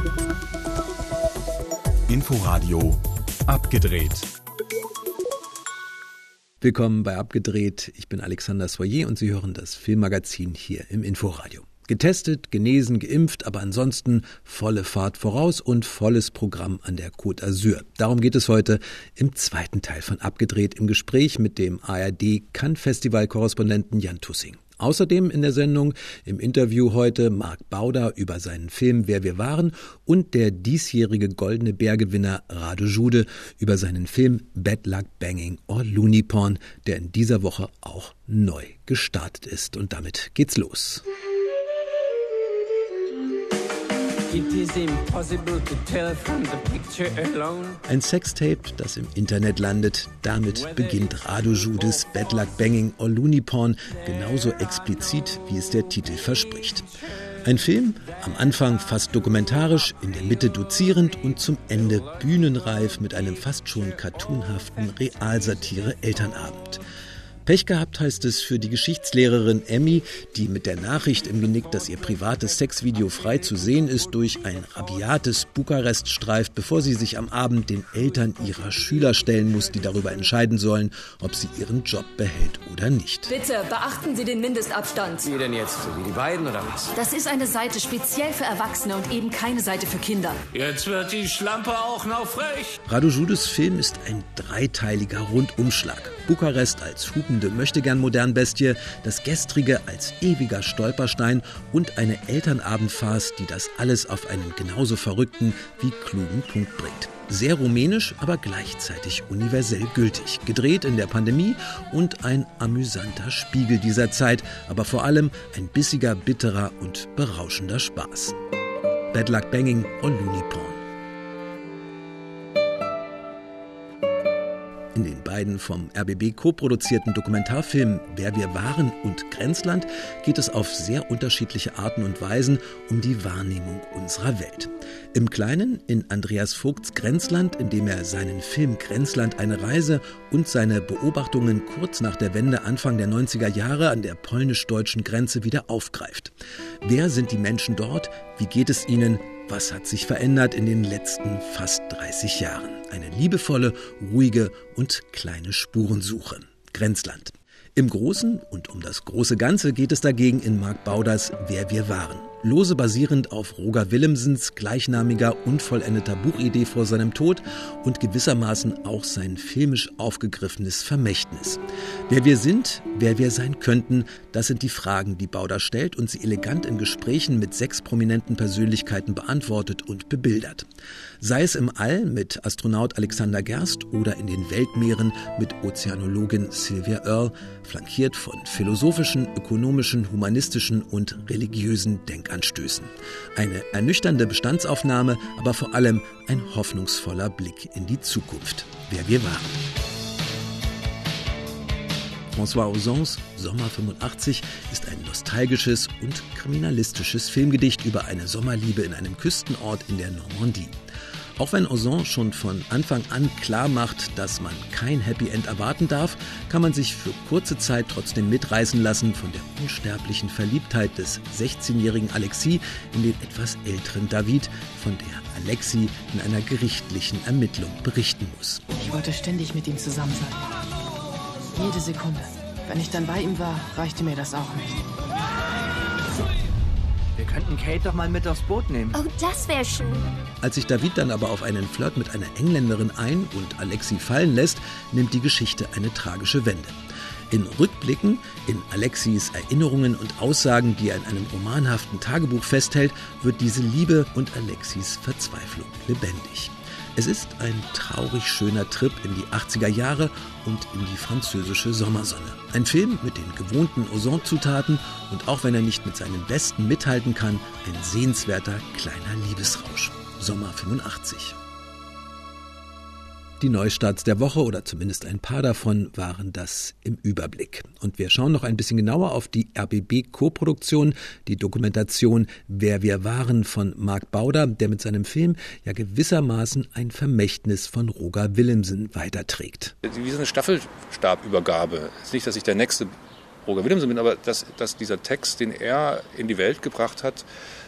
Inforadio abgedreht. Willkommen bei Abgedreht. Ich bin Alexander Soyer und Sie hören das Filmmagazin hier im Inforadio. Getestet, genesen, geimpft, aber ansonsten volle Fahrt voraus und volles Programm an der Côte d'Azur. Darum geht es heute im zweiten Teil von Abgedreht im Gespräch mit dem ARD-Cannes-Festival-Korrespondenten Jan Tussing. Außerdem in der Sendung im Interview heute Marc Bauder über seinen Film Wer wir waren und der diesjährige Goldene Bär-Gewinner Radu Jude über seinen Film Bad Luck Banging or Looney Porn, der in dieser Woche auch neu gestartet ist. Und damit geht's los. Ein Sextape, das im Internet landet. Damit beginnt Radu Judes Bad Luck Banging or Looney Porn genauso explizit, wie es der Titel verspricht. Ein Film, am Anfang fast dokumentarisch, in der Mitte dozierend und zum Ende bühnenreif mit einem fast schon cartoonhaften Realsatire-Elternabend. Pech gehabt heißt es für die Geschichtslehrerin Emmy, die mit der Nachricht im Genick, dass ihr privates Sexvideo frei zu sehen ist, durch ein rabiates Bukarest streift, bevor sie sich am Abend den Eltern ihrer Schüler stellen muss, die darüber entscheiden sollen, ob sie ihren Job behält oder nicht. Bitte beachten Sie den Mindestabstand. Wie denn jetzt? So wie die beiden oder was? Das ist eine Seite speziell für Erwachsene und eben keine Seite für Kinder. Jetzt wird die Schlampe auch noch frech. Radu Judes Film ist ein dreiteiliger Rundumschlag. Bukarest als hupende Möchtegern-Modernbestie, das Gestrige als ewiger Stolperstein und eine Elternabendfarce, die das alles auf einen genauso verrückten wie klugen Punkt bringt. Sehr rumänisch, aber gleichzeitig universell gültig. Gedreht in der Pandemie und ein amüsanter Spiegel dieser Zeit, aber vor allem ein bissiger, bitterer und berauschender Spaß. Bad Luck Banging or Looney Porn. In den beiden vom RBB co-produzierten Dokumentarfilmen Wer wir waren und Grenzland geht es auf sehr unterschiedliche Arten und Weisen um die Wahrnehmung unserer Welt. Im Kleinen in Andreas Vogts Grenzland, in dem er seinen Film Grenzland eine Reise und seine Beobachtungen kurz nach der Wende Anfang der 90er Jahre an der polnisch-deutschen Grenze wieder aufgreift. Wer sind die Menschen dort? Wie geht es ihnen? Was hat sich verändert in den letzten fast 30 Jahren? Eine liebevolle, ruhige und kleine Spurensuche. Grenzland. Im Großen und um das große Ganze geht es dagegen in Marc Bauders Wer wir waren. Lose basierend auf Roger Willemsens gleichnamiger, unvollendeter Buchidee vor seinem Tod und gewissermaßen auch sein filmisch aufgegriffenes Vermächtnis. Wer wir sind, wer wir sein könnten, das sind die Fragen, die Bauder stellt und sie elegant in Gesprächen mit 6 prominenten Persönlichkeiten beantwortet und bebildert. Sei es im All mit Astronaut Alexander Gerst oder in den Weltmeeren mit Ozeanologin Sylvia Earle, flankiert von philosophischen, ökonomischen, humanistischen und religiösen Denkanstößen. Eine ernüchternde Bestandsaufnahme, aber vor allem ein hoffnungsvoller Blick in die Zukunft. Wer wir waren. François Ozons Sommer 85 ist ein nostalgisches und kriminalistisches Filmgedicht über eine Sommerliebe in einem Küstenort in der Normandie. Auch wenn Ozon schon von Anfang an klar macht, dass man kein Happy End erwarten darf, kann man sich für kurze Zeit trotzdem mitreißen lassen von der unsterblichen Verliebtheit des 16-jährigen Alexis in den etwas älteren David, von der Alexis in einer gerichtlichen Ermittlung berichten muss. Ich wollte ständig mit ihm zusammen sein. Jede Sekunde. Wenn ich dann bei ihm war, reichte mir das auch nicht. Wir könnten Kate doch mal mit aufs Boot nehmen. Oh, das wäre schön. Als sich David dann aber auf einen Flirt mit einer Engländerin ein- und Alexis fallen lässt, nimmt die Geschichte eine tragische Wende. In Rückblicken, in Alexis Erinnerungen und Aussagen, die er in einem romanhaften Tagebuch festhält, wird diese Liebe und Alexis Verzweiflung lebendig. Es ist ein traurig schöner Trip in die 80er Jahre und in die französische Sommersonne. Ein Film mit den gewohnten Ozon-Zutaten und auch wenn er nicht mit seinen Besten mithalten kann, ein sehenswerter kleiner Liebesrausch. Sommer 85. Die Neustarts der Woche oder zumindest ein paar davon waren das im Überblick. Und wir schauen noch ein bisschen genauer auf die RBB-Co-Produktion, die Dokumentation Wer wir waren von Marc Bauder, der mit seinem Film ja gewissermaßen ein Vermächtnis von Roger Willemsen weiterträgt. Wie so eine Staffelstabübergabe. Es ist nicht, dass ich der nächste Roger Willemsen bin, aber dass dieser Text, den er in die Welt gebracht hat,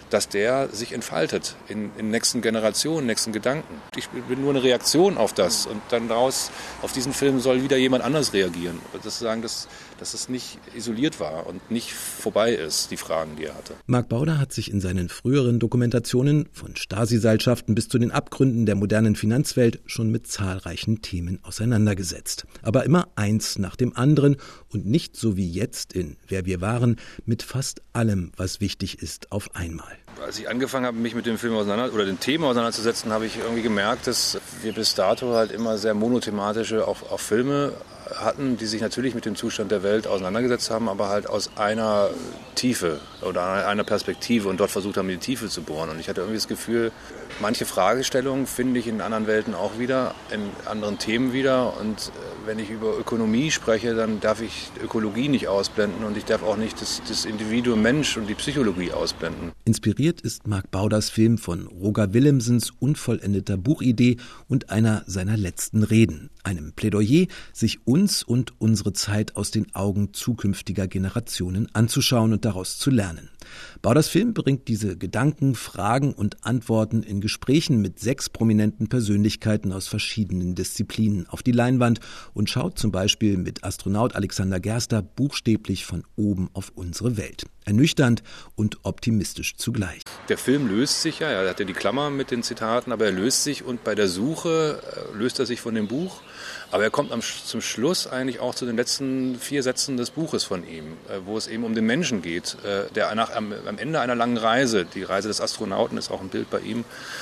dass der sich entfaltet in nächsten Generationen, nächsten Gedanken. Ich bin nur eine Reaktion auf das und dann daraus, auf diesen Film soll wieder jemand anders reagieren. Das sagen, dass es nicht isoliert war und nicht vorbei ist, die Fragen, die er hatte. Mark Bauder hat sich in seinen früheren Dokumentationen von Stasi-Seilschaften bis zu den Abgründen der modernen Finanzwelt schon mit zahlreichen Themen auseinandergesetzt. Aber immer eins nach dem anderen und nicht so wie jetzt in Wer wir waren, mit fast allem, was wichtig ist, auf einmal. Als ich angefangen habe, mich mit dem Film den Themen auseinanderzusetzen, habe ich irgendwie gemerkt, dass wir bis dato halt immer sehr monothematische auch Filme hatten, die sich natürlich mit dem Zustand der Welt auseinandergesetzt haben, aber halt aus einer Tiefe oder einer Perspektive und dort versucht haben, in die Tiefe zu bohren. Und ich hatte irgendwie das Gefühl, manche Fragestellungen finde ich in anderen Welten auch wieder, in anderen Themen wieder. Und wenn ich über Ökonomie spreche, dann darf ich Ökologie nicht ausblenden und ich darf auch nicht das Individuum Mensch und die Psychologie ausblenden. Inspiriert ist Mark Bauders Film von Roger Willemsens unvollendeter Buchidee und einer seiner letzten Reden, einem Plädoyer, sich uns und unsere Zeit aus den Augen zukünftiger Generationen anzuschauen und daraus zu lernen. Bauders Film bringt diese Gedanken, Fragen und Antworten in Gesprächen mit 6 prominenten Persönlichkeiten aus verschiedenen Disziplinen auf die Leinwand und schaut zum Beispiel mit Astronaut Alexander Gerster buchstäblich von oben auf unsere Welt. Ernüchternd und optimistisch zugleich. Der Film löst sich ja, er hat ja die Klammer mit den Zitaten, aber er löst sich und bei der Suche löst er sich von dem Buch. Aber er kommt zum Schluss eigentlich auch zu den letzten 4 Sätzen des Buches von ihm, wo es eben um den Menschen geht, der am Ende einer langen Reise, die Reise des Astronauten ist auch ein Bild bei ihm,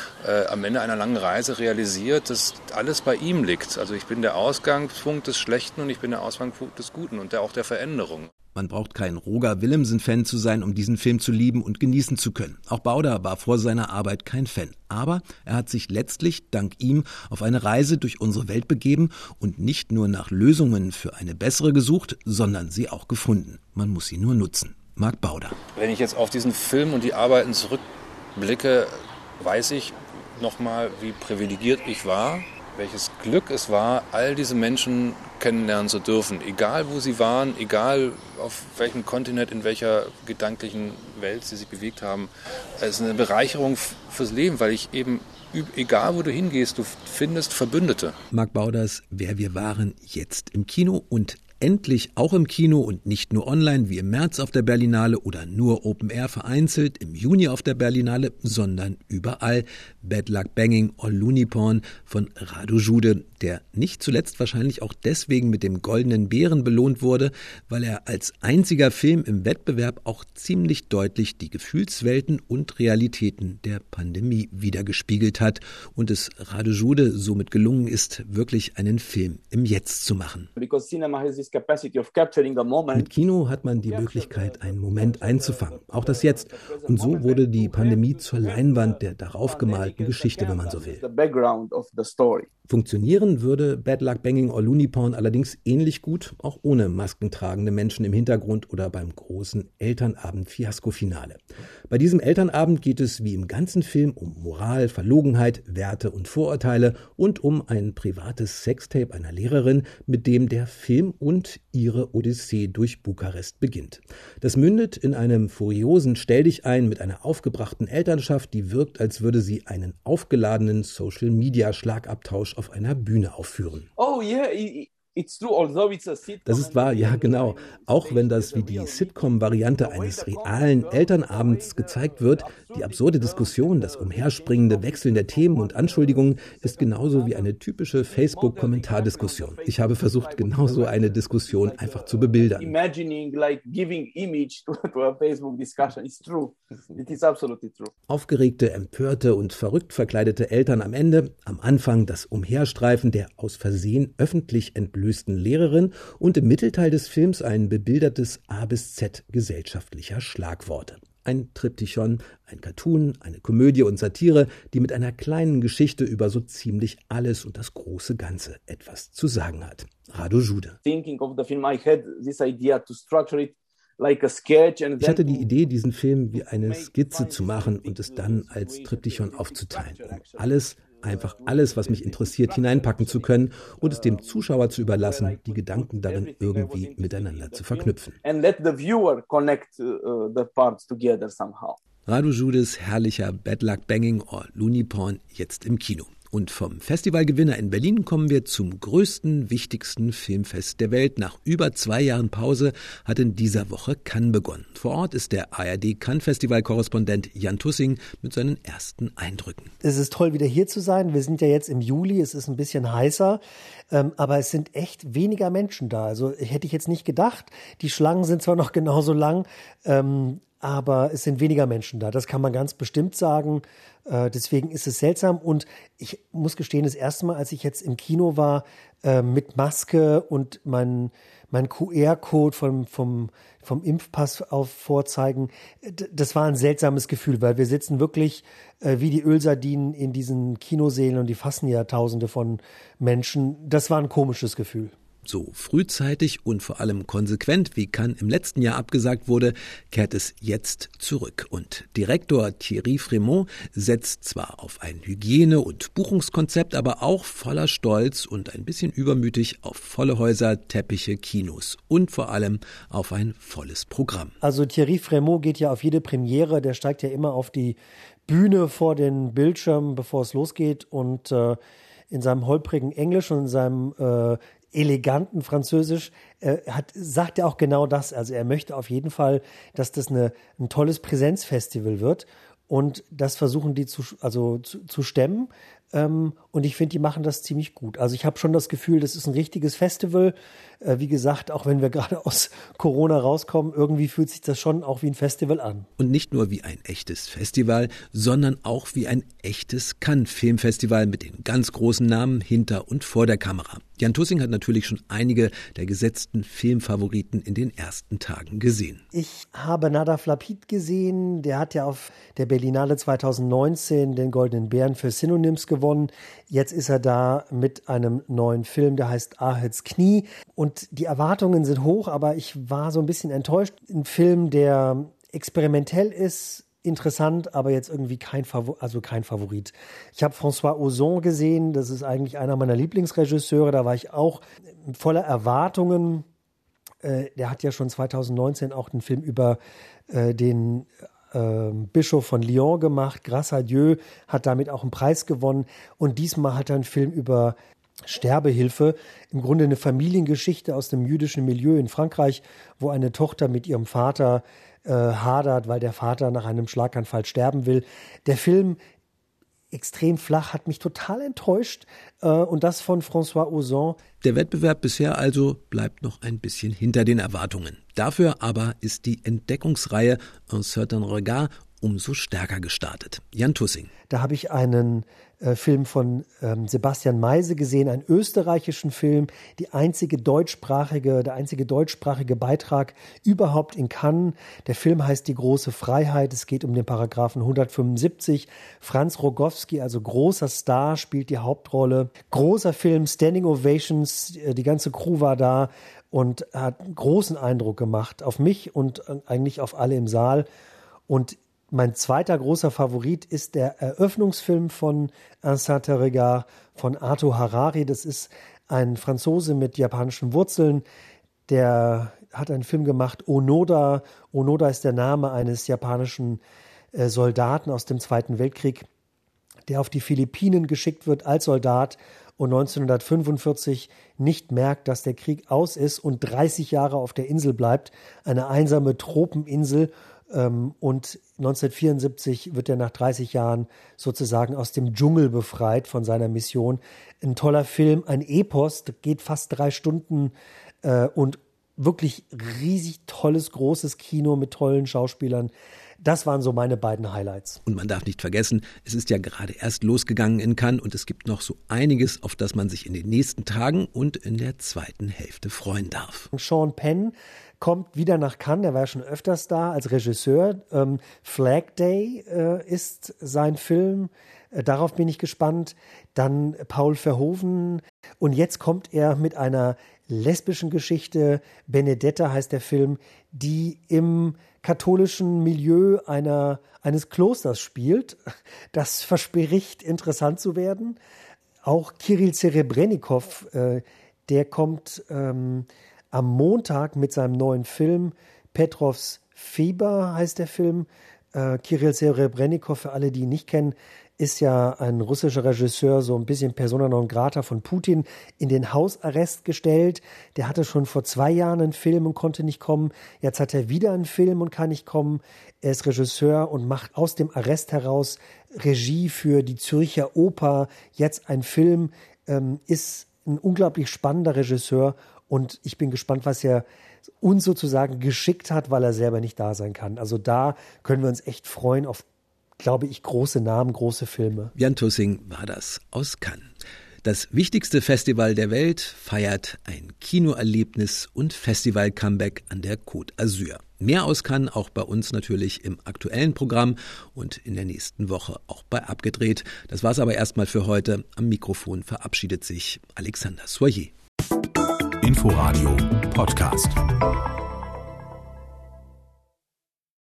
am Ende einer langen Reise realisiert, dass alles bei ihm liegt. Also ich bin der Ausgangspunkt des Schlechten und ich bin der Ausgangspunkt des Guten und auch der Veränderung. Man braucht kein Roger Willemsen-Fan zu sein, um diesen Film zu lieben und genießen zu können. Auch Bauder war vor seiner Arbeit kein Fan. Aber er hat sich letztlich, dank ihm, auf eine Reise durch unsere Welt begeben und nicht nur nach Lösungen für eine bessere gesucht, sondern sie auch gefunden. Man muss sie nur nutzen. Mark Bauder. Wenn ich jetzt auf diesen Film und die Arbeiten zurückblicke, weiß ich nochmal, wie privilegiert ich war, welches Glück es war, all diese Menschen kennenlernen zu dürfen. Egal, wo sie waren, egal auf welchem Kontinent, in welcher gedanklichen Welt sie sich bewegt haben. Es ist eine Bereicherung fürs Leben, weil ich eben, egal wo du hingehst, du findest Verbündete. Mark Bauders Wer wir waren, jetzt im Kino und endlich auch im Kino und nicht nur online wie im März auf der Berlinale oder nur Open Air vereinzelt im Juni auf der Berlinale, sondern überall. Bad Luck Banging or Looney Porn von Radu Jude, der nicht zuletzt wahrscheinlich auch deswegen mit dem Goldenen Bären belohnt wurde, weil er als einziger Film im Wettbewerb auch ziemlich deutlich die Gefühlswelten und Realitäten der Pandemie wiedergespiegelt hat und es Radu Jude somit gelungen ist, wirklich einen Film im Jetzt zu machen. Mit Kino hat man die Möglichkeit, einen Moment einzufangen, auch das Jetzt. Und so wurde die Pandemie zur Leinwand der darauf gemalten Geschichte, wenn man so will. Funktionieren würde Bad Luck Banging or Looney Porn allerdings ähnlich gut, auch ohne maskentragende Menschen im Hintergrund oder beim großen Elternabend-Fiasko-Finale. Bei diesem Elternabend geht es wie im ganzen Film um Moral, Verlogenheit, Werte und Vorurteile und um ein privates Sextape einer Lehrerin, mit dem der Film und ihre Odyssee durch Bukarest beginnt. Das mündet in einem furiosen Stelldichein mit einer aufgebrachten Elternschaft, die wirkt, als würde sie einen aufgeladenen Social-Media-Schlagabtausch auf einer Bühne aufführen. Oh yeah, Das ist wahr, ja genau. Auch wenn das wie die Sitcom-Variante eines realen Elternabends gezeigt wird, die absurde Diskussion, das umherspringende Wechseln der Themen und Anschuldigungen ist genauso wie eine typische Facebook-Kommentardiskussion. Ich habe versucht, genauso eine Diskussion einfach zu bebildern. Aufgeregte, empörte und verrückt verkleidete Eltern am Ende, am Anfang das Umherstreifen der aus Versehen öffentlich entlösten Lehrerin und im Mittelteil des Films ein bebildertes A bis Z gesellschaftlicher Schlagworte. Ein Triptychon, ein Cartoon, eine Komödie und Satire, die mit einer kleinen Geschichte über so ziemlich alles und das große Ganze etwas zu sagen hat. Radu Jude. Ich hatte die Idee, diesen Film wie eine Skizze zu machen und es dann als Triptychon aufzuteilen, um einfach alles, was mich interessiert, hineinpacken zu können und es dem Zuschauer zu überlassen, die Gedanken darin irgendwie miteinander zu verknüpfen. Radu Judes herrlicher Bad Luck Banging or Looney Porn jetzt im Kino. Und vom Festivalgewinner in Berlin kommen wir zum größten, wichtigsten Filmfest der Welt. Nach über 2 Jahren Pause hat in dieser Woche Cannes begonnen. Vor Ort ist der ARD Cannes-Festival-Korrespondent Jan Tussing mit seinen ersten Eindrücken. Es ist toll, wieder hier zu sein. Wir sind ja jetzt im Juli, es ist ein bisschen heißer, aber es sind echt weniger Menschen da. Also hätte ich jetzt nicht gedacht. Die Schlangen sind zwar noch genauso lang, aber es sind weniger Menschen da. Das kann man ganz bestimmt sagen. Deswegen ist es seltsam. Und ich muss gestehen, das erste Mal, als ich jetzt im Kino war, mit Maske und mein QR-Code vom Impfpass vorzeigen, das war ein seltsames Gefühl, weil wir sitzen wirklich wie die Ölsardinen in diesen Kinosälen und die fassen ja Tausende von Menschen. Das war ein komisches Gefühl. So frühzeitig und vor allem konsequent, wie Cannes im letzten Jahr abgesagt wurde, kehrt es jetzt zurück. Und Direktor Thierry Frémaux setzt zwar auf ein Hygiene- und Buchungskonzept, aber auch voller Stolz und ein bisschen übermütig auf volle Häuser, Teppiche, Kinos und vor allem auf ein volles Programm. Also Thierry Frémaux geht ja auf jede Premiere, der steigt ja immer auf die Bühne vor den Bildschirm, bevor es losgeht und in seinem holprigen Englisch und in seinem eleganten Französisch sagt er auch genau das. Also er möchte auf jeden Fall, dass das ein tolles Präsenzfestival wird und das versuchen die zu stemmen. Und ich finde, die machen das ziemlich gut. Also ich habe schon das Gefühl, das ist ein richtiges Festival. Wie gesagt, auch wenn wir gerade aus Corona rauskommen, irgendwie fühlt sich das schon auch wie ein Festival an. Und nicht nur wie ein echtes Festival, sondern auch wie ein echtes Cannes-Filmfestival mit den ganz großen Namen hinter und vor der Kamera. Jan Tussing hat natürlich schon einige der gesetzten Filmfavoriten in den ersten Tagen gesehen. Ich habe Nadav Lapid gesehen. Der hat ja auf der Berlinale 2019 den Goldenen Bären für Synonyms gewonnen. Jetzt ist er da mit einem neuen Film, der heißt Aheds Knie. Und die Erwartungen sind hoch, aber ich war so ein bisschen enttäuscht. Ein Film, der experimentell ist, interessant, aber jetzt irgendwie kein Favorit. Ich habe François Ozon gesehen, das ist eigentlich einer meiner Lieblingsregisseure, da war ich auch voller Erwartungen. Der hat ja schon 2019 auch einen Film über den Bischof von Lyon gemacht, Grâce à Dieu, hat damit auch einen Preis gewonnen und diesmal hat er einen Film über Sterbehilfe, im Grunde eine Familiengeschichte aus dem jüdischen Milieu in Frankreich, wo eine Tochter mit ihrem Vater hadert, weil der Vater nach einem Schlaganfall sterben will. Der Film, extrem flach, hat mich total enttäuscht und das von François Ozon. Der Wettbewerb bisher also bleibt noch ein bisschen hinter den Erwartungen. Dafür aber ist die Entdeckungsreihe Un certain regard umso stärker gestartet. Jan Tussing. Da habe ich einen Film von Sebastian Meise gesehen, einen österreichischen Film, der einzige deutschsprachige Beitrag überhaupt in Cannes. Der Film heißt Die große Freiheit. Es geht um den Paragraphen 175. Franz Rogowski, also großer Star, spielt die Hauptrolle. Großer Film, Standing Ovations, die ganze Crew war da und hat einen großen Eindruck gemacht auf mich und eigentlich auf alle im Saal. Und mein zweiter großer Favorit ist der Eröffnungsfilm von Un certain regard von Ato Harari. Das ist ein Franzose mit japanischen Wurzeln. Der hat einen Film gemacht, Onoda. Onoda ist der Name eines japanischen Soldaten aus dem Zweiten Weltkrieg, der auf die Philippinen geschickt wird als Soldat und 1945 nicht merkt, dass der Krieg aus ist und 30 Jahre auf der Insel bleibt. Eine einsame Tropeninsel. Und 1974 wird er nach 30 Jahren sozusagen aus dem Dschungel befreit von seiner Mission. Ein toller Film, ein Epos, geht fast 3 Stunden und wirklich riesig tolles, großes Kino mit tollen Schauspielern. Das waren so meine beiden Highlights. Und man darf nicht vergessen, es ist ja gerade erst losgegangen in Cannes und es gibt noch so einiges, auf das man sich in den nächsten Tagen und in der zweiten Hälfte freuen darf. Sean Penn kommt wieder nach Cannes, er war ja schon öfters da als Regisseur. Flag Day ist sein Film, darauf bin ich gespannt. Dann Paul Verhoeven und jetzt kommt er mit einer lesbischen Geschichte, Benedetta heißt der Film, die im katholischen Milieu eines Klosters spielt. Das verspricht interessant zu werden. Auch Kirill Serebrennikov, der kommt am Montag mit seinem neuen Film, Petrovs Fieber heißt der Film. Kirill Serebrennikov, für alle, die ihn nicht kennen, ist ja ein russischer Regisseur, so ein bisschen Persona non grata von Putin, in den Hausarrest gestellt. Der hatte schon vor 2 Jahren einen Film und konnte nicht kommen. Jetzt hat er wieder einen Film und kann nicht kommen. Er ist Regisseur und macht aus dem Arrest heraus Regie für die Zürcher Oper. Jetzt ein Film, ist ein unglaublich spannender Regisseur und ich bin gespannt, was er uns sozusagen geschickt hat, weil er selber nicht da sein kann. Also da können wir uns echt freuen auf, glaube ich, große Namen, große Filme. Jan Tussing war das aus Cannes. Das wichtigste Festival der Welt feiert ein Kinoerlebnis und Festival-Comeback an der Côte d'Azur. Mehr aus Cannes auch bei uns natürlich im aktuellen Programm und in der nächsten Woche auch bei Abgedreht. Das war's aber erstmal für heute. Am Mikrofon verabschiedet sich Alexander Soyer. Inforadio Podcast.